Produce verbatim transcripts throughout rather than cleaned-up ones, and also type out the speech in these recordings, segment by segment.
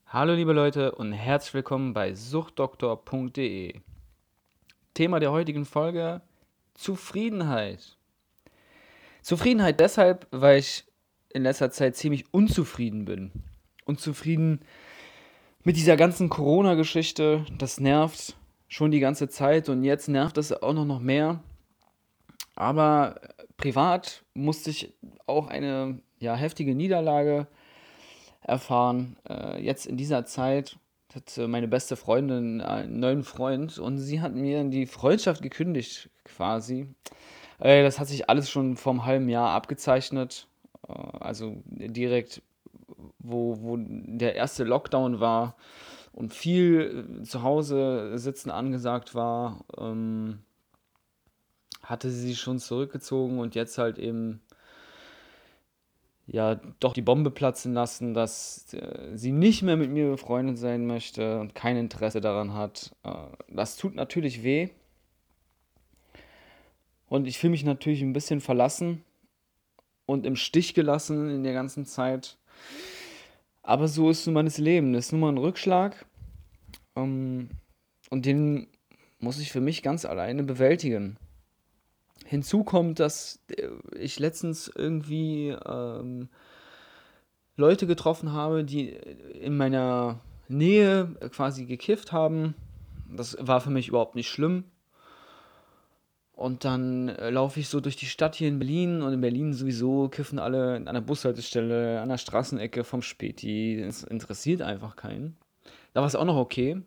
Hallo liebe Leute und herzlich willkommen bei suchtdoktor punkt de. Thema der heutigen Folge: Zufriedenheit. Zufriedenheit deshalb, weil ich in letzter Zeit ziemlich unzufrieden bin. Unzufrieden mit dieser ganzen Corona-Geschichte. Das nervt schon die ganze Zeit und jetzt nervt es auch noch, noch mehr. Aber privat musste ich auch eine ja, heftige Niederlage erfahren. Äh, jetzt in dieser Zeit hat äh, meine beste Freundin einen neuen Freund und sie hat mir die Freundschaft gekündigt quasi. Äh, das hat sich alles schon vor einem halben Jahr abgezeichnet. Äh, also direkt, wo, wo der erste Lockdown war und viel äh, zu Hause sitzen angesagt war, ähm, hatte sie sich schon zurückgezogen und jetzt halt eben ja doch die Bombe platzen lassen, dass äh, sie nicht mehr mit mir befreundet sein möchte und kein Interesse daran hat. Äh, das tut natürlich weh und ich fühle mich natürlich ein bisschen verlassen und im Stich gelassen in der ganzen Zeit. Aber so ist nun mal das Leben. Das ist nun mal ein Rückschlag, ähm, und den muss ich für mich ganz alleine bewältigen. Hinzu kommt, dass äh, ich letztens irgendwie ähm, Leute getroffen habe, die in meiner Nähe quasi gekifft haben. Das war für mich überhaupt nicht schlimm. Und dann äh, laufe ich so durch die Stadt hier in Berlin und in Berlin sowieso kiffen alle an der Bushaltestelle, an der Straßenecke vom Späti. Es interessiert einfach keinen. Da war es auch noch okay.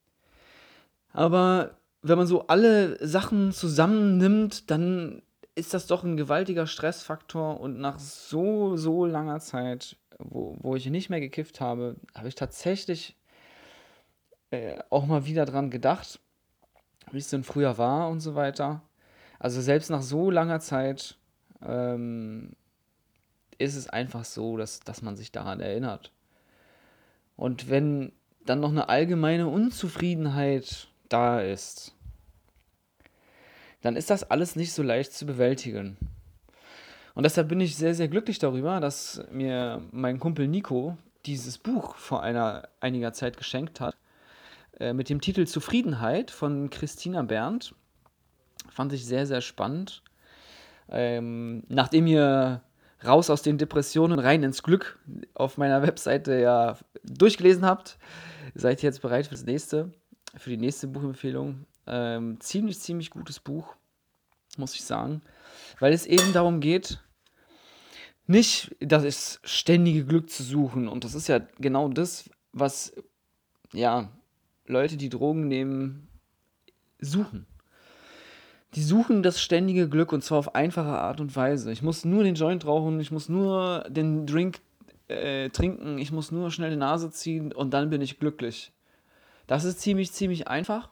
Aber wenn man so alle Sachen zusammennimmt, dann ist das doch ein gewaltiger Stressfaktor und nach so, so langer Zeit, wo, wo ich nicht mehr gekifft habe, habe ich tatsächlich äh, auch mal wieder dran gedacht, wie es denn früher war und so weiter. Also selbst nach so langer Zeit ähm, ist es einfach so, dass, dass man sich daran erinnert. Und wenn dann noch eine allgemeine Unzufriedenheit da ist, dann ist das alles nicht so leicht zu bewältigen. Und deshalb bin ich sehr, sehr glücklich darüber, dass mir mein Kumpel Nico dieses Buch vor einer, einiger Zeit geschenkt hat, äh, mit dem Titel Zufriedenheit von Christina Berndt. Fand ich sehr, sehr spannend. Ähm, nachdem ihr Raus aus den Depressionen, rein ins Glück auf meiner Webseite ja durchgelesen habt, seid ihr jetzt bereit für das nächste, für die nächste Buchempfehlung. Ähm, ziemlich, ziemlich gutes Buch, muss ich sagen, weil es eben darum geht, nicht das ständige Glück zu suchen. Und das ist ja genau das, was ja Leute, die Drogen nehmen, suchen. Die suchen das ständige Glück und zwar auf einfache Art und Weise. Ich muss nur den Joint rauchen, ich muss nur den Drink äh, trinken, ich muss nur schnell die Nase ziehen und dann bin ich glücklich. Das ist ziemlich, ziemlich einfach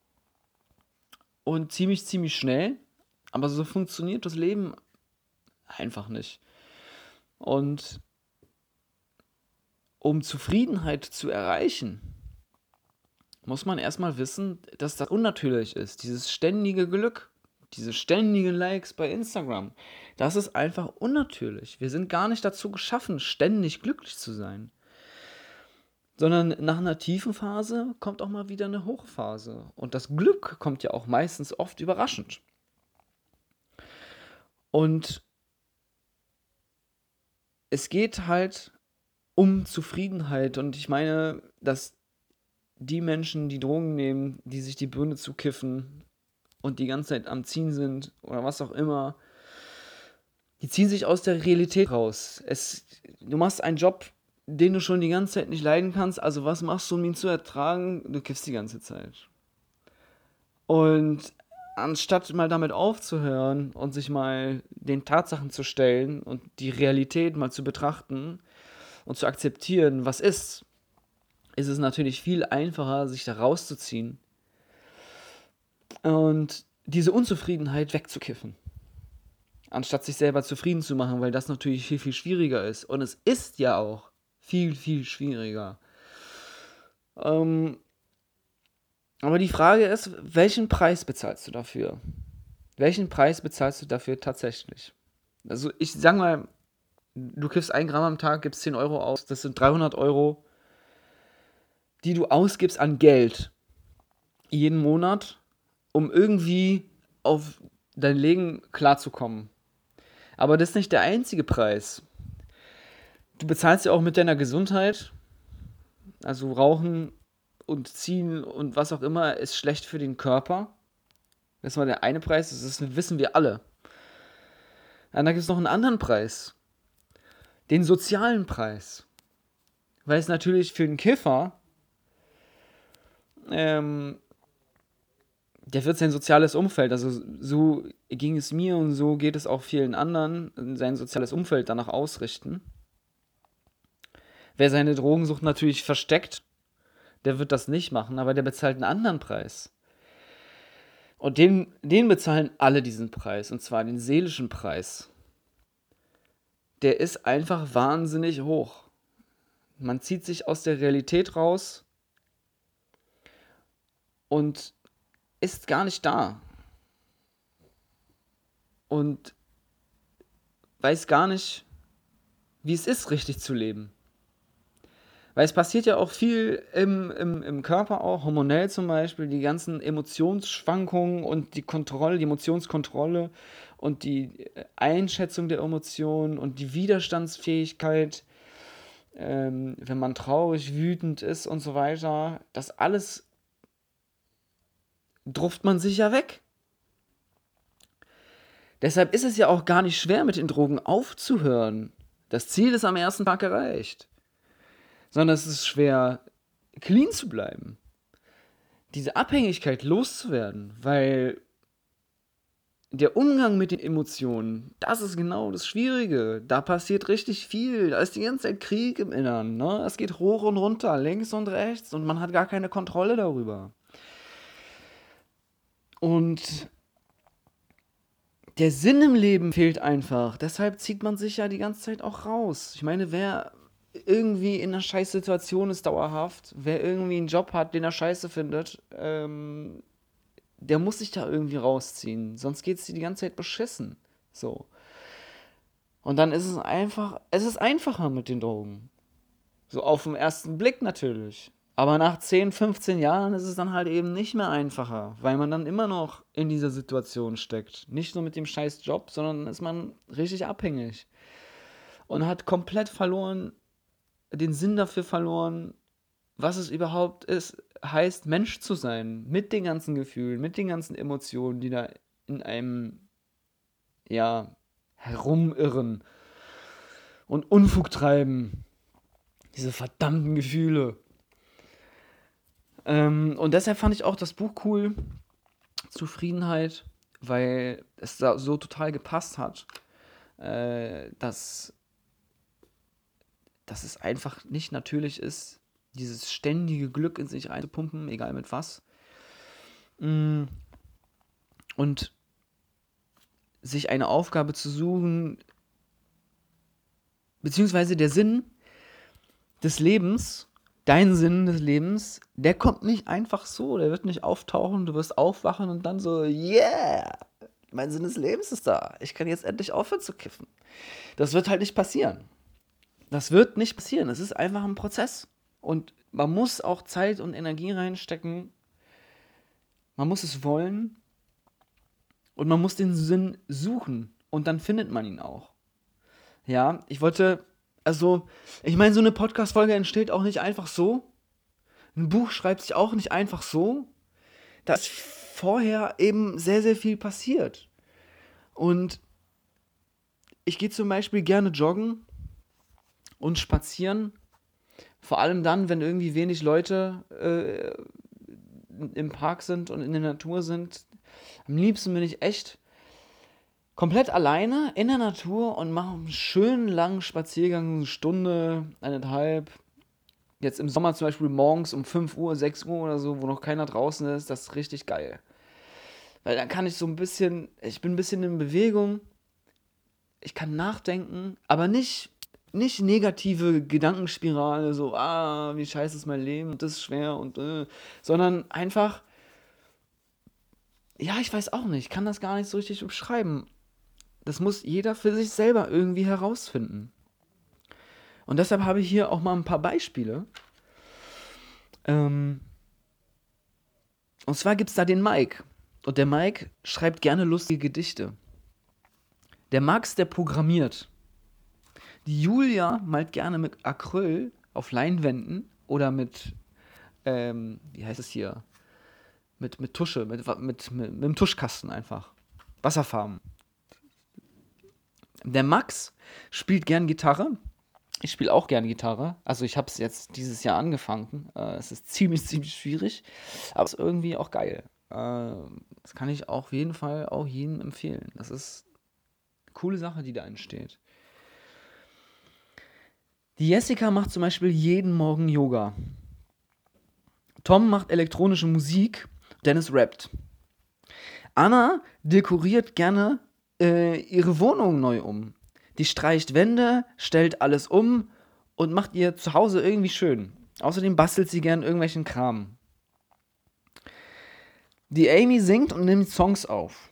und ziemlich, ziemlich schnell, aber so funktioniert das Leben einfach nicht. Und um Zufriedenheit zu erreichen, muss man erstmal wissen, dass das unnatürlich ist. Dieses ständige Glück, diese ständigen Likes bei Instagram, das ist einfach unnatürlich. Wir sind gar nicht dazu geschaffen, ständig glücklich zu sein. Sondern nach einer tiefen Phase kommt auch mal wieder eine Hochphase. Und das Glück kommt ja auch meistens oft überraschend. Und es geht halt um Zufriedenheit. Und ich meine, dass die Menschen, die Drogen nehmen, die sich die Birne zukiffen und die ganze Zeit am Ziehen sind oder was auch immer, die ziehen sich aus der Realität raus. Es, du machst einen Job, den du schon die ganze Zeit nicht leiden kannst, also was machst du, um ihn zu ertragen? Du kiffst die ganze Zeit. Und anstatt mal damit aufzuhören und sich mal den Tatsachen zu stellen und die Realität mal zu betrachten und zu akzeptieren, was ist, ist es natürlich viel einfacher, sich da rauszuziehen und diese Unzufriedenheit wegzukiffen. Anstatt sich selber zufrieden zu machen, weil das natürlich viel, viel schwieriger ist. Und es ist ja auch viel, viel schwieriger. Ähm, aber die Frage ist, welchen Preis bezahlst du dafür? Welchen Preis bezahlst du dafür tatsächlich? Also ich sag mal, du kiffst ein Gramm am Tag, gibst zehn Euro aus, das sind dreihundert Euro. die du ausgibst an Geld jeden Monat, um irgendwie auf dein Leben klarzukommen. Aber das ist nicht der einzige Preis. Du bezahlst ja auch mit deiner Gesundheit. Also Rauchen und Ziehen und was auch immer ist schlecht für den Körper. Das war der eine Preis, das ist, wissen wir alle. Und dann gibt es noch einen anderen Preis. Den sozialen Preis. Weil es natürlich für einen Kiffer, ähm, der wird sein soziales Umfeld, also so ging es mir und so geht es auch vielen anderen, sein soziales Umfeld danach ausrichten. Wer seine Drogensucht natürlich versteckt, der wird das nicht machen, aber der bezahlt einen anderen Preis. Und den, den bezahlen alle diesen Preis, und zwar den seelischen Preis. Der ist einfach wahnsinnig hoch. Man zieht sich aus der Realität raus und ist gar nicht da. Und weiß gar nicht, wie es ist, richtig zu leben. Weil es passiert ja auch viel im, im, im Körper auch, hormonell zum Beispiel, die ganzen Emotionsschwankungen und die Kontrolle, die Emotionskontrolle und die Einschätzung der Emotionen und die Widerstandsfähigkeit, ähm, wenn man traurig, wütend ist und so weiter, das alles druft man sich ja weg. Deshalb ist es ja auch gar nicht schwer, mit den Drogen aufzuhören. Das Ziel ist am ersten Tag erreicht. Sondern es ist schwer, clean zu bleiben. Diese Abhängigkeit loszuwerden, weil der Umgang mit den Emotionen, das ist genau das Schwierige. Da passiert richtig viel. Da ist die ganze Zeit Krieg im Inneren. Ne? Es geht hoch und runter, links und rechts und man hat gar keine Kontrolle darüber. Und der Sinn im Leben fehlt einfach. Deshalb zieht man sich ja die ganze Zeit auch raus. Ich meine, wer irgendwie in einer Scheißsituation ist dauerhaft, wer irgendwie einen Job hat, den er scheiße findet, ähm, der muss sich da irgendwie rausziehen. Sonst geht es dir die ganze Zeit beschissen. So. Und dann ist es einfach, es ist einfacher mit den Drogen. So auf den ersten Blick natürlich. Aber nach zehn, fünfzehn Jahren ist es dann halt eben nicht mehr einfacher, weil man dann immer noch in dieser Situation steckt. Nicht nur mit dem scheiß Job, sondern ist man richtig abhängig. Und hat komplett verloren, den Sinn dafür verloren, was es überhaupt ist, heißt, Mensch zu sein. Mit den ganzen Gefühlen, mit den ganzen Emotionen, die da in einem, ja, herumirren und Unfug treiben. Diese verdammten Gefühle. Ähm, und deshalb fand ich auch das Buch cool, Zufriedenheit, weil es da so total gepasst hat, äh, dass, dass es einfach nicht natürlich ist, dieses ständige Glück in sich reinzupumpen, egal mit was. Und sich eine Aufgabe zu suchen, beziehungsweise der Sinn des Lebens, dein Sinn des Lebens, der kommt nicht einfach so, der wird nicht auftauchen, du wirst aufwachen und dann so, yeah, mein Sinn des Lebens ist da, ich kann jetzt endlich aufhören zu kiffen. Das wird halt nicht passieren. Das wird nicht passieren, es ist einfach ein Prozess. Und man muss auch Zeit und Energie reinstecken, man muss es wollen und man muss den Sinn suchen und dann findet man ihn auch. Ja, ich wollte, also, ich meine, so eine Podcast-Folge entsteht auch nicht einfach so. Ein Buch schreibt sich auch nicht einfach so. Da ist vorher eben sehr, sehr viel passiert. Und ich gehe zum Beispiel gerne joggen und spazieren. Vor allem dann, wenn irgendwie wenig Leute äh, im Park sind und in der Natur sind. Am liebsten bin ich echt komplett alleine in der Natur und mache einen schönen langen Spaziergang, eine Stunde, eineinhalb. Jetzt im Sommer zum Beispiel morgens um fünf Uhr, sechs Uhr oder so, wo noch keiner draußen ist, das ist richtig geil. Weil dann kann ich so ein bisschen, ich bin ein bisschen in Bewegung, ich kann nachdenken, aber nicht, nicht negative Gedankenspirale, so, ah, wie scheiße ist mein Leben und das ist schwer und, äh, sondern einfach, ja, ich weiß auch nicht, ich kann das gar nicht so richtig beschreiben. Das muss jeder für sich selber irgendwie herausfinden. Und deshalb habe ich hier auch mal ein paar Beispiele. Ähm, und zwar gibt es da den Mike. Und der Mike schreibt gerne lustige Gedichte. Der Max, der programmiert. Die Julia malt gerne mit Acryl auf Leinwänden oder mit, ähm, wie heißt es hier? Mit, mit Tusche, mit, mit, mit, mit einem Tuschkasten einfach. Wasserfarben. Der Max spielt gern Gitarre. Ich spiele auch gern Gitarre. Also ich habe es jetzt dieses Jahr angefangen. Äh, es ist ziemlich, ziemlich schwierig. Aber es ist irgendwie auch geil. Äh, das kann ich auf jeden Fall auch jedem empfehlen. Das ist eine coole Sache, die da entsteht. Die Jessica macht zum Beispiel jeden Morgen Yoga. Tom macht elektronische Musik. Dennis rappt. Anna dekoriert gerne äh, ihre Wohnung neu um. Die streicht Wände, stellt alles um und macht ihr Zuhause irgendwie schön. Außerdem bastelt sie gern irgendwelchen Kram. Die Amy singt und nimmt Songs auf.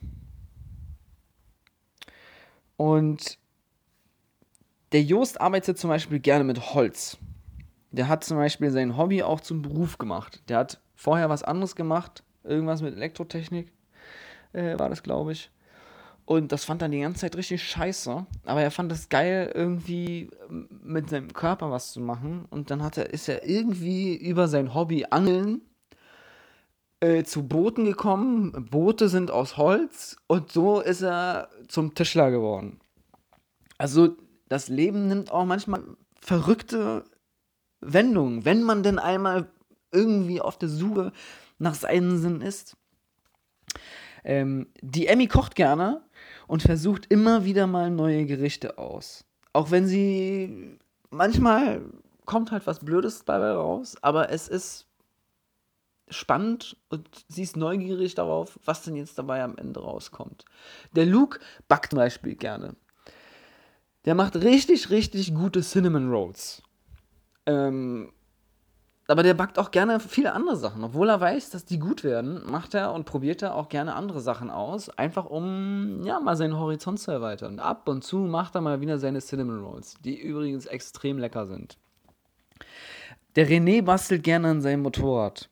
Und der Jost arbeitet zum Beispiel gerne mit Holz. Der hat zum Beispiel sein Hobby auch zum Beruf gemacht. Der hat vorher was anderes gemacht, irgendwas mit Elektrotechnik äh, war das, glaube ich. Und das fand er die ganze Zeit richtig scheiße. Aber er fand es geil, irgendwie mit seinem Körper was zu machen. Und dann hat er, ist er irgendwie über sein Hobby Angeln äh, zu Booten gekommen. Boote sind aus Holz. Und so ist er zum Tischler geworden. Also das Leben nimmt auch manchmal verrückte Wendungen, wenn man denn einmal irgendwie auf der Suche nach seinem Sinn ist. Ähm, die Emmy kocht gerne und versucht immer wieder mal neue Gerichte aus. Auch wenn sie manchmal kommt halt was Blödes dabei raus, aber es ist spannend und sie ist neugierig darauf, was denn jetzt dabei am Ende rauskommt. Der Luke backt zum Beispiel gerne. Der macht richtig, richtig gute Cinnamon Rolls. Ähm, aber der backt auch gerne viele andere Sachen. Obwohl er weiß, dass die gut werden, macht er und probiert er auch gerne andere Sachen aus. Einfach um, ja, mal seinen Horizont zu erweitern. Ab und zu macht er mal wieder seine Cinnamon Rolls, die übrigens extrem lecker sind. Der René bastelt gerne an seinem Motorrad.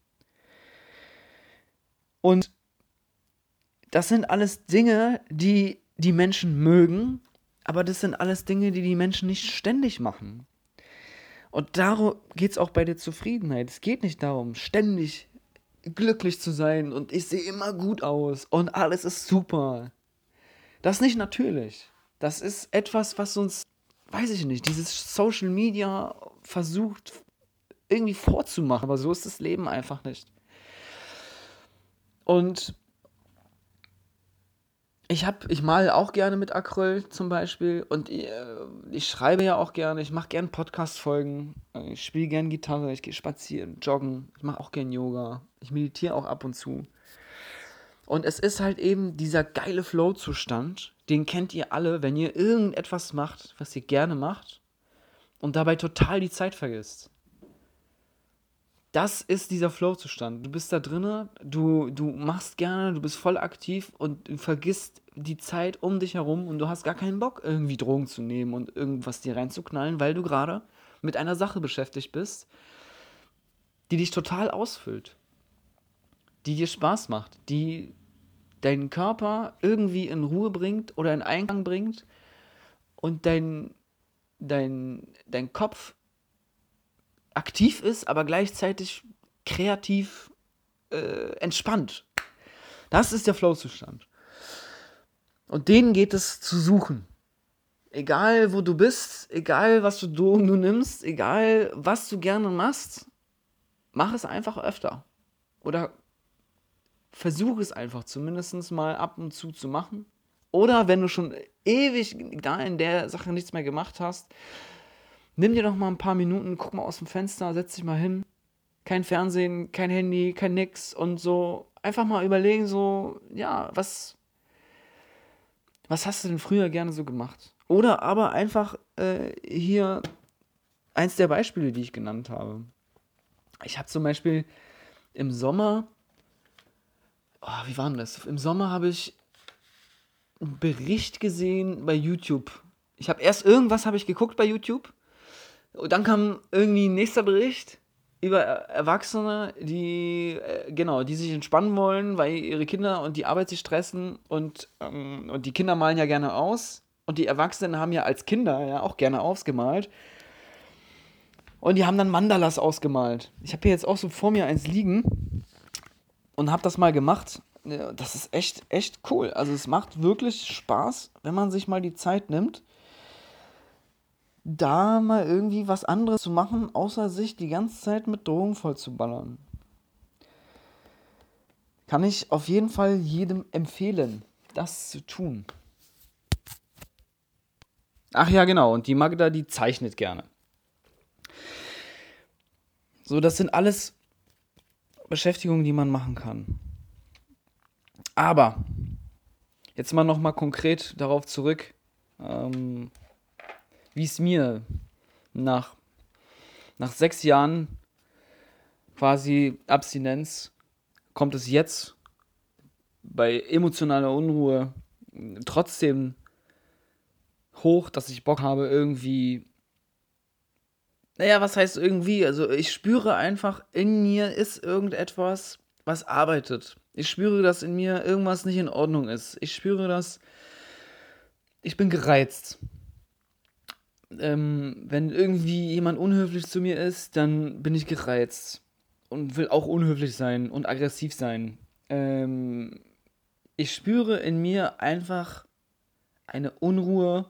Und das sind alles Dinge, die die Menschen mögen, aber das sind alles Dinge, die die Menschen nicht ständig machen. Und darum geht es auch bei der Zufriedenheit. Es geht nicht darum, ständig glücklich zu sein und ich sehe immer gut aus und alles ist super. Das ist nicht natürlich. Das ist etwas, was uns, weiß ich nicht, dieses Social Media versucht irgendwie vorzumachen, aber so ist das Leben einfach nicht. Und ich hab, ich male auch gerne mit Acryl zum Beispiel und ich, äh, ich schreibe ja auch gerne, ich mache gerne Podcast-Folgen, äh, ich spiele gerne Gitarre, ich gehe spazieren, joggen, ich mache auch gerne Yoga, ich meditiere auch ab und zu. Und es ist halt eben dieser geile Flow-Zustand, den kennt ihr alle, wenn ihr irgendetwas macht, was ihr gerne macht und dabei total die Zeit vergisst. Das ist dieser Flow-Zustand. Du bist da drinne, du, du machst gerne, du bist voll aktiv und du vergisst die Zeit um dich herum und du hast gar keinen Bock, irgendwie Drogen zu nehmen und irgendwas dir reinzuknallen, weil du gerade mit einer Sache beschäftigt bist, die dich total ausfüllt, die dir Spaß macht, die deinen Körper irgendwie in Ruhe bringt oder in Einklang bringt und dein, dein, dein Kopf aktiv ist, aber gleichzeitig kreativ äh, entspannt. Das ist der Flow-Zustand. Und den geht es zu suchen. Egal, wo du bist, egal, was für Drogen du nimmst, egal, was du gerne machst, mach es einfach öfter. Oder versuch es einfach zumindest mal ab und zu zu machen. Oder wenn du schon ewig da in der Sache nichts mehr gemacht hast, nimm dir doch mal ein paar Minuten, guck mal aus dem Fenster, setz dich mal hin. Kein Fernsehen, kein Handy, kein nix und so. Einfach mal überlegen, so, ja, was, was hast du denn früher gerne so gemacht? Oder aber einfach äh, hier eins der Beispiele, die ich genannt habe. Ich habe zum Beispiel im Sommer, oh, wie war denn das? Im Sommer habe ich einen Bericht gesehen bei YouTube. Ich habe erst irgendwas habe ich geguckt bei YouTube und dann kam irgendwie ein nächster Bericht über Erwachsene, die, äh, genau, die sich entspannen wollen, weil ihre Kinder und die Arbeit sie stressen und, ähm, und die Kinder malen ja gerne aus und die Erwachsenen haben ja als Kinder ja auch gerne ausgemalt und die haben dann Mandalas ausgemalt. Ich habe hier jetzt auch so vor mir eins liegen und habe das mal gemacht. Ja, das ist echt, echt cool. Also es macht wirklich Spaß, wenn man sich mal die Zeit nimmt, da mal irgendwie was anderes zu machen, außer sich die ganze Zeit mit Drogen vollzuballern. Kann ich auf jeden Fall jedem empfehlen, das zu tun. Ach ja, genau. Und die Magda, die zeichnet gerne. So, das sind alles Beschäftigungen, die man machen kann. Aber, jetzt mal nochmal konkret darauf zurück, ähm, wie es mir nach, nach sechs Jahren quasi Abstinenz kommt es jetzt bei emotionaler Unruhe trotzdem hoch, dass ich Bock habe, irgendwie. Naja, was heißt irgendwie? Also ich spüre einfach, in mir ist irgendetwas, was arbeitet. Ich spüre, dass in mir irgendwas nicht in Ordnung ist. Ich spüre, dass ich bin gereizt. Ähm, wenn irgendwie jemand unhöflich zu mir ist, dann bin ich gereizt und will auch unhöflich sein und aggressiv sein. Ähm, ich spüre in mir einfach eine Unruhe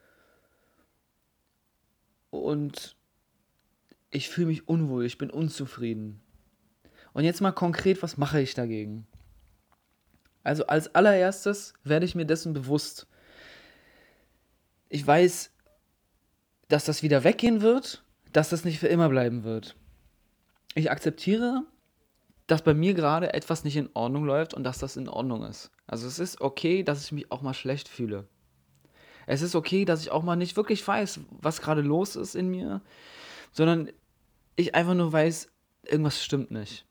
und ich fühle mich unwohl, ich bin unzufrieden. Und jetzt mal konkret, was mache ich dagegen? Also als allererstes werde ich mir dessen bewusst. Ich weiß, dass das wieder weggehen wird, dass das nicht für immer bleiben wird. Ich akzeptiere, dass bei mir gerade etwas nicht in Ordnung läuft und dass das in Ordnung ist. Also es ist okay, dass ich mich auch mal schlecht fühle. Es ist okay, dass ich auch mal nicht wirklich weiß, was gerade los ist in mir, sondern ich einfach nur weiß, irgendwas stimmt nicht.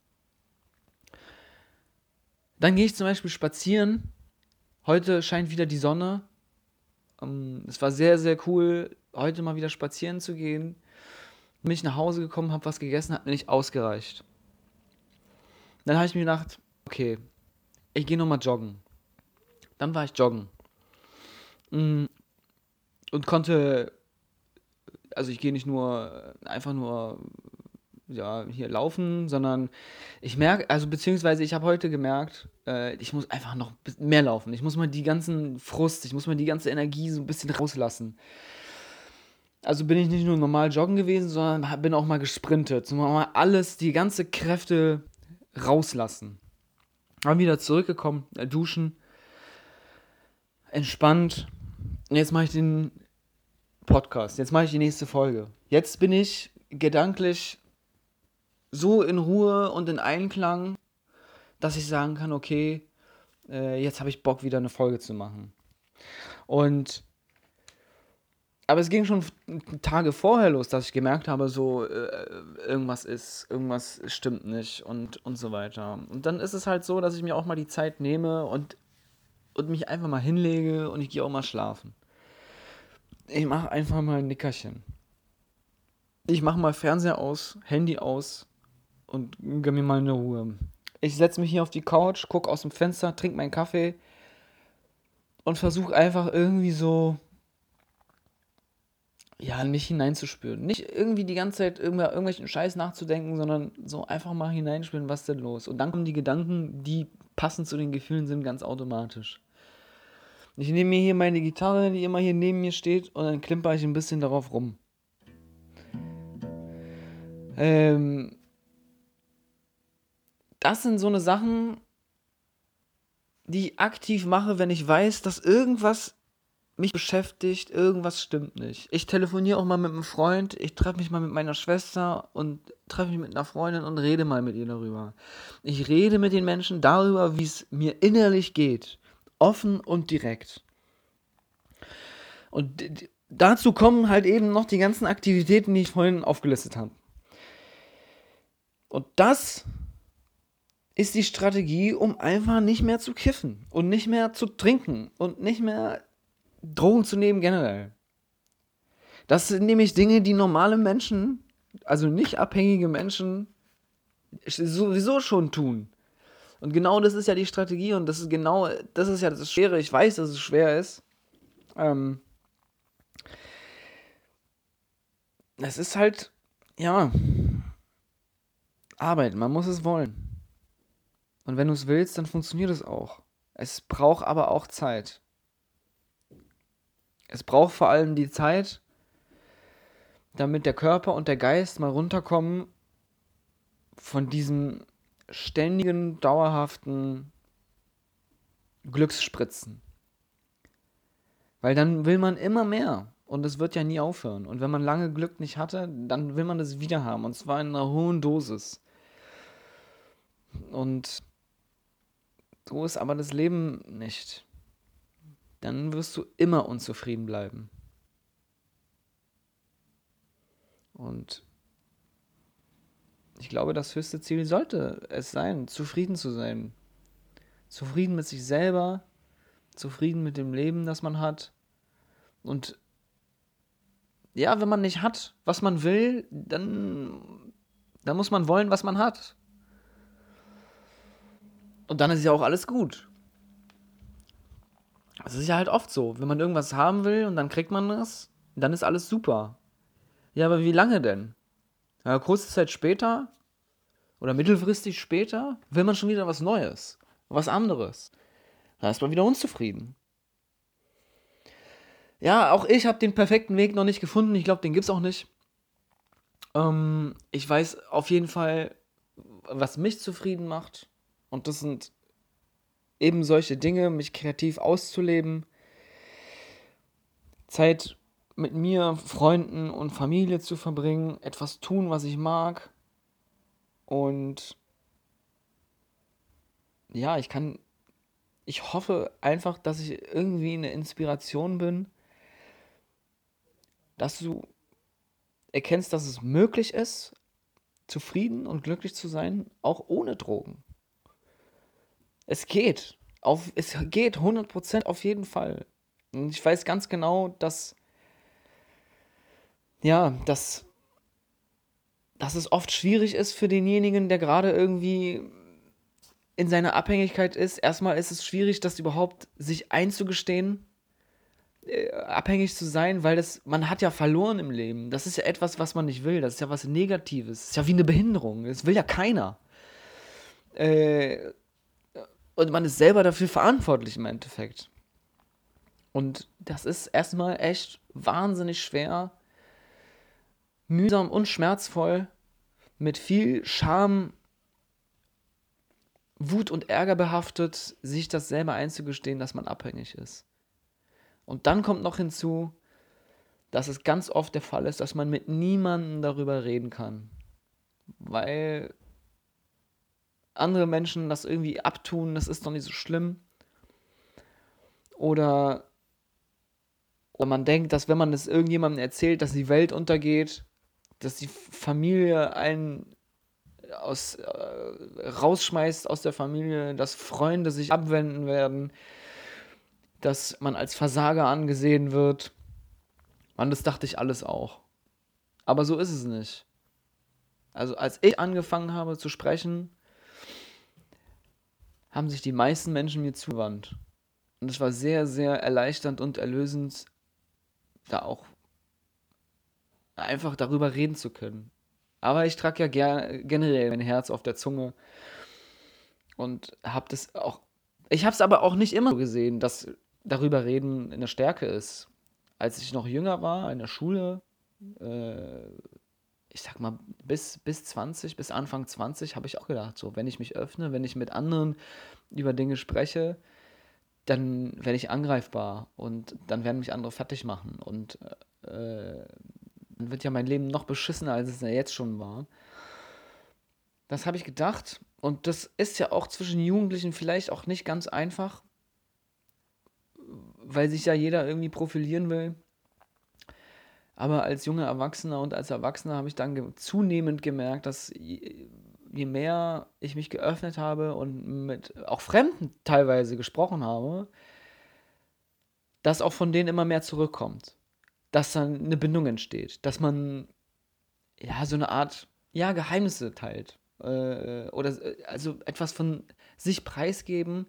Dann gehe ich zum Beispiel spazieren. Heute scheint wieder die Sonne. Ähm, es war sehr, sehr cool, heute mal wieder spazieren zu gehen. Bin ich nach Hause gekommen, habe was gegessen, hat mir nicht ausgereicht. Dann habe ich mir gedacht, okay, ich gehe nochmal joggen. Dann war ich joggen. Mm, Und konnte, also ich gehe nicht nur einfach nur ja, hier laufen, sondern ich merke, also beziehungsweise ich habe heute gemerkt, äh, ich muss einfach noch mehr laufen. Ich muss mal die ganzen Frust, ich muss mal die ganze Energie so ein bisschen rauslassen. Also bin ich nicht nur normal joggen gewesen, sondern bin auch mal gesprintet. So mal alles, die ganze Kräfte rauslassen. Dann wieder zurückgekommen, äh, duschen, entspannt. Und jetzt mache ich den Podcast. Jetzt mache ich die nächste Folge. Jetzt bin ich gedanklich so in Ruhe und in Einklang, dass ich sagen kann, okay, äh, jetzt habe ich Bock, wieder eine Folge zu machen. Und aber es ging schon Tage vorher los, dass ich gemerkt habe, so äh, irgendwas ist, irgendwas stimmt nicht und, und so weiter. Und dann ist es halt so, dass ich mir auch mal die Zeit nehme und, und mich einfach mal hinlege und ich gehe auch mal schlafen. Ich mache einfach mal ein Nickerchen. Ich mache mal Fernseher aus, Handy aus und gönn mir mal eine Ruhe. Ich setze mich hier auf die Couch, gucke aus dem Fenster, trinke meinen Kaffee und versuche einfach irgendwie so, ja, in mich hineinzuspüren. Nicht irgendwie die ganze Zeit irgendwer, irgendwelchen Scheiß nachzudenken, sondern so einfach mal hineinspüren, was ist denn los. Und dann kommen die Gedanken, die passend zu den Gefühlen sind, ganz automatisch. Ich nehme mir hier meine Gitarre, die immer hier neben mir steht, und dann klimper ich ein bisschen darauf rum. Ähm, das sind so eine Sachen, die ich aktiv mache, wenn ich weiß, dass irgendwas mich beschäftigt, irgendwas stimmt nicht. Ich telefoniere auch mal mit einem Freund, ich treffe mich mal mit meiner Schwester und treffe mich mit einer Freundin und rede mal mit ihr darüber. Ich rede mit den Menschen darüber, wie es mir innerlich geht. Offen und direkt. Und d- d- dazu kommen halt eben noch die ganzen Aktivitäten, die ich vorhin aufgelistet habe. Und das ist die Strategie, um einfach nicht mehr zu kiffen und nicht mehr zu trinken und nicht mehr Drogen zu nehmen generell. Das sind nämlich Dinge, die normale Menschen also nicht abhängige Menschen, sowieso schon tun. Und genau das ist ja die Strategie und das ist genau, das ist ja das Schwere. Ich weiß, dass es schwer ist. Ähm, es ist halt, ja, Arbeit. Man muss es wollen. Und wenn du es willst, dann funktioniert es auch. Es braucht aber auch Zeit. Es braucht vor allem die Zeit, damit der Körper und der Geist mal runterkommen von diesem ständigen, dauerhaften Glücksspritzen. Weil dann will man immer mehr und es wird ja nie aufhören. Und wenn man lange Glück nicht hatte, dann will man das wieder haben und zwar in einer hohen Dosis. Und so ist aber das Leben nicht. Dann wirst du immer unzufrieden bleiben. Und ich glaube, das höchste Ziel sollte es sein, zufrieden zu sein. Zufrieden mit sich selber, zufrieden mit dem Leben, das man hat. Und ja, wenn man nicht hat, was man will, dann, dann muss man wollen, was man hat. Und dann ist ja auch alles gut. Es ist ja halt oft so, wenn man irgendwas haben will und dann kriegt man das, dann ist alles super. Ja, aber wie lange denn? Ja, kurze Zeit später oder mittelfristig später will man schon wieder was Neues, was anderes. Da ist man wieder unzufrieden. Ja, auch ich habe den perfekten Weg noch nicht gefunden. Ich glaube, den gibt's auch nicht. Ähm, ich weiß auf jeden Fall, was mich zufrieden macht. Und das sind eben solche Dinge, mich kreativ auszuleben, Zeit mit mir, Freunden und Familie zu verbringen, etwas tun, was ich mag. Und ja, ich kann, ich hoffe einfach, dass ich irgendwie eine Inspiration bin, dass du erkennst, dass es möglich ist, zufrieden und glücklich zu sein, auch ohne Drogen. Es geht. Auf, es geht hundert Prozent auf jeden Fall. Und ich weiß ganz genau, dass, ja, dass, dass es oft schwierig ist für denjenigen, der gerade irgendwie in seiner Abhängigkeit ist. Erstmal ist es schwierig, das überhaupt sich einzugestehen, äh, abhängig zu sein, weil das, man hat ja verloren im Leben. Das ist ja etwas, was man nicht will. Das ist ja was Negatives. Das ist ja wie eine Behinderung. Das will ja keiner. Äh, und man ist selber dafür verantwortlich im Endeffekt. Und das ist erstmal echt wahnsinnig schwer, mühsam und schmerzvoll, mit viel Scham, Wut und Ärger behaftet, sich das selber einzugestehen, dass man abhängig ist. Und dann kommt noch hinzu, dass es ganz oft der Fall ist, dass man mit niemandem darüber reden kann. Weil andere Menschen das irgendwie abtun, das ist doch nicht so schlimm. Oder, oder man denkt, dass wenn man es irgendjemandem erzählt, dass die Welt untergeht, dass die Familie einen aus, äh, rausschmeißt aus der Familie, dass Freunde sich abwenden werden, dass man als Versager angesehen wird. Mann, das dachte ich alles auch. Aber so ist es nicht. Also als ich angefangen habe zu sprechen, haben sich die meisten Menschen mir zugewandt. Und es war sehr, sehr erleichternd und erlösend, da auch einfach darüber reden zu können. Aber ich trage ja ger- generell mein Herz auf der Zunge und habe das auch. Ich habe es aber auch nicht immer so gesehen, dass darüber reden eine Stärke ist. Als ich noch jünger war, in der Schule, äh, ich sag mal, bis, bis zwanzig, bis Anfang zwanzig, habe ich auch gedacht, so, wenn ich mich öffne, wenn ich mit anderen über Dinge spreche, dann werde ich angreifbar und dann werden mich andere fertig machen. Und äh, dann wird ja mein Leben noch beschissener, als es ja jetzt schon war. Das habe ich gedacht. Und das ist ja auch zwischen Jugendlichen vielleicht auch nicht ganz einfach, weil sich ja jeder irgendwie profilieren will. Aber als junger Erwachsener und als Erwachsener habe ich dann ge- zunehmend gemerkt, dass je, je mehr ich mich geöffnet habe und mit auch Fremden teilweise gesprochen habe, dass auch von denen immer mehr zurückkommt. Dass dann eine Bindung entsteht. Dass man ja, so eine Art, ja, Geheimnisse teilt. Äh, oder äh, also etwas von sich preisgeben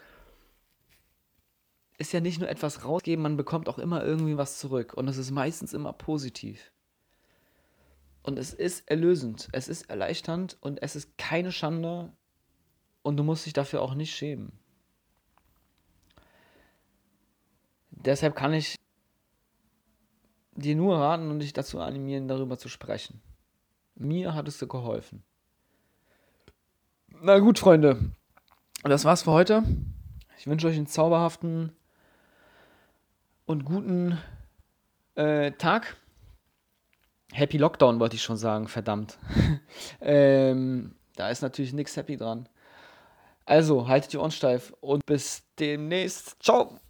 ist ja nicht nur etwas rausgeben, man bekommt auch immer irgendwie was zurück. Und es ist meistens immer positiv. Und es ist erlösend, es ist erleichternd und es ist keine Schande und du musst dich dafür auch nicht schämen. Deshalb kann ich dir nur raten und dich dazu animieren, darüber zu sprechen. Mir hat es so geholfen. Na gut, Freunde, das war's für heute. Ich wünsche euch einen zauberhaften und guten äh, Tag. Happy Lockdown wollte ich schon sagen, verdammt. ähm, da ist natürlich nichts happy dran. Also, haltet die Ohren steif und bis demnächst. Ciao!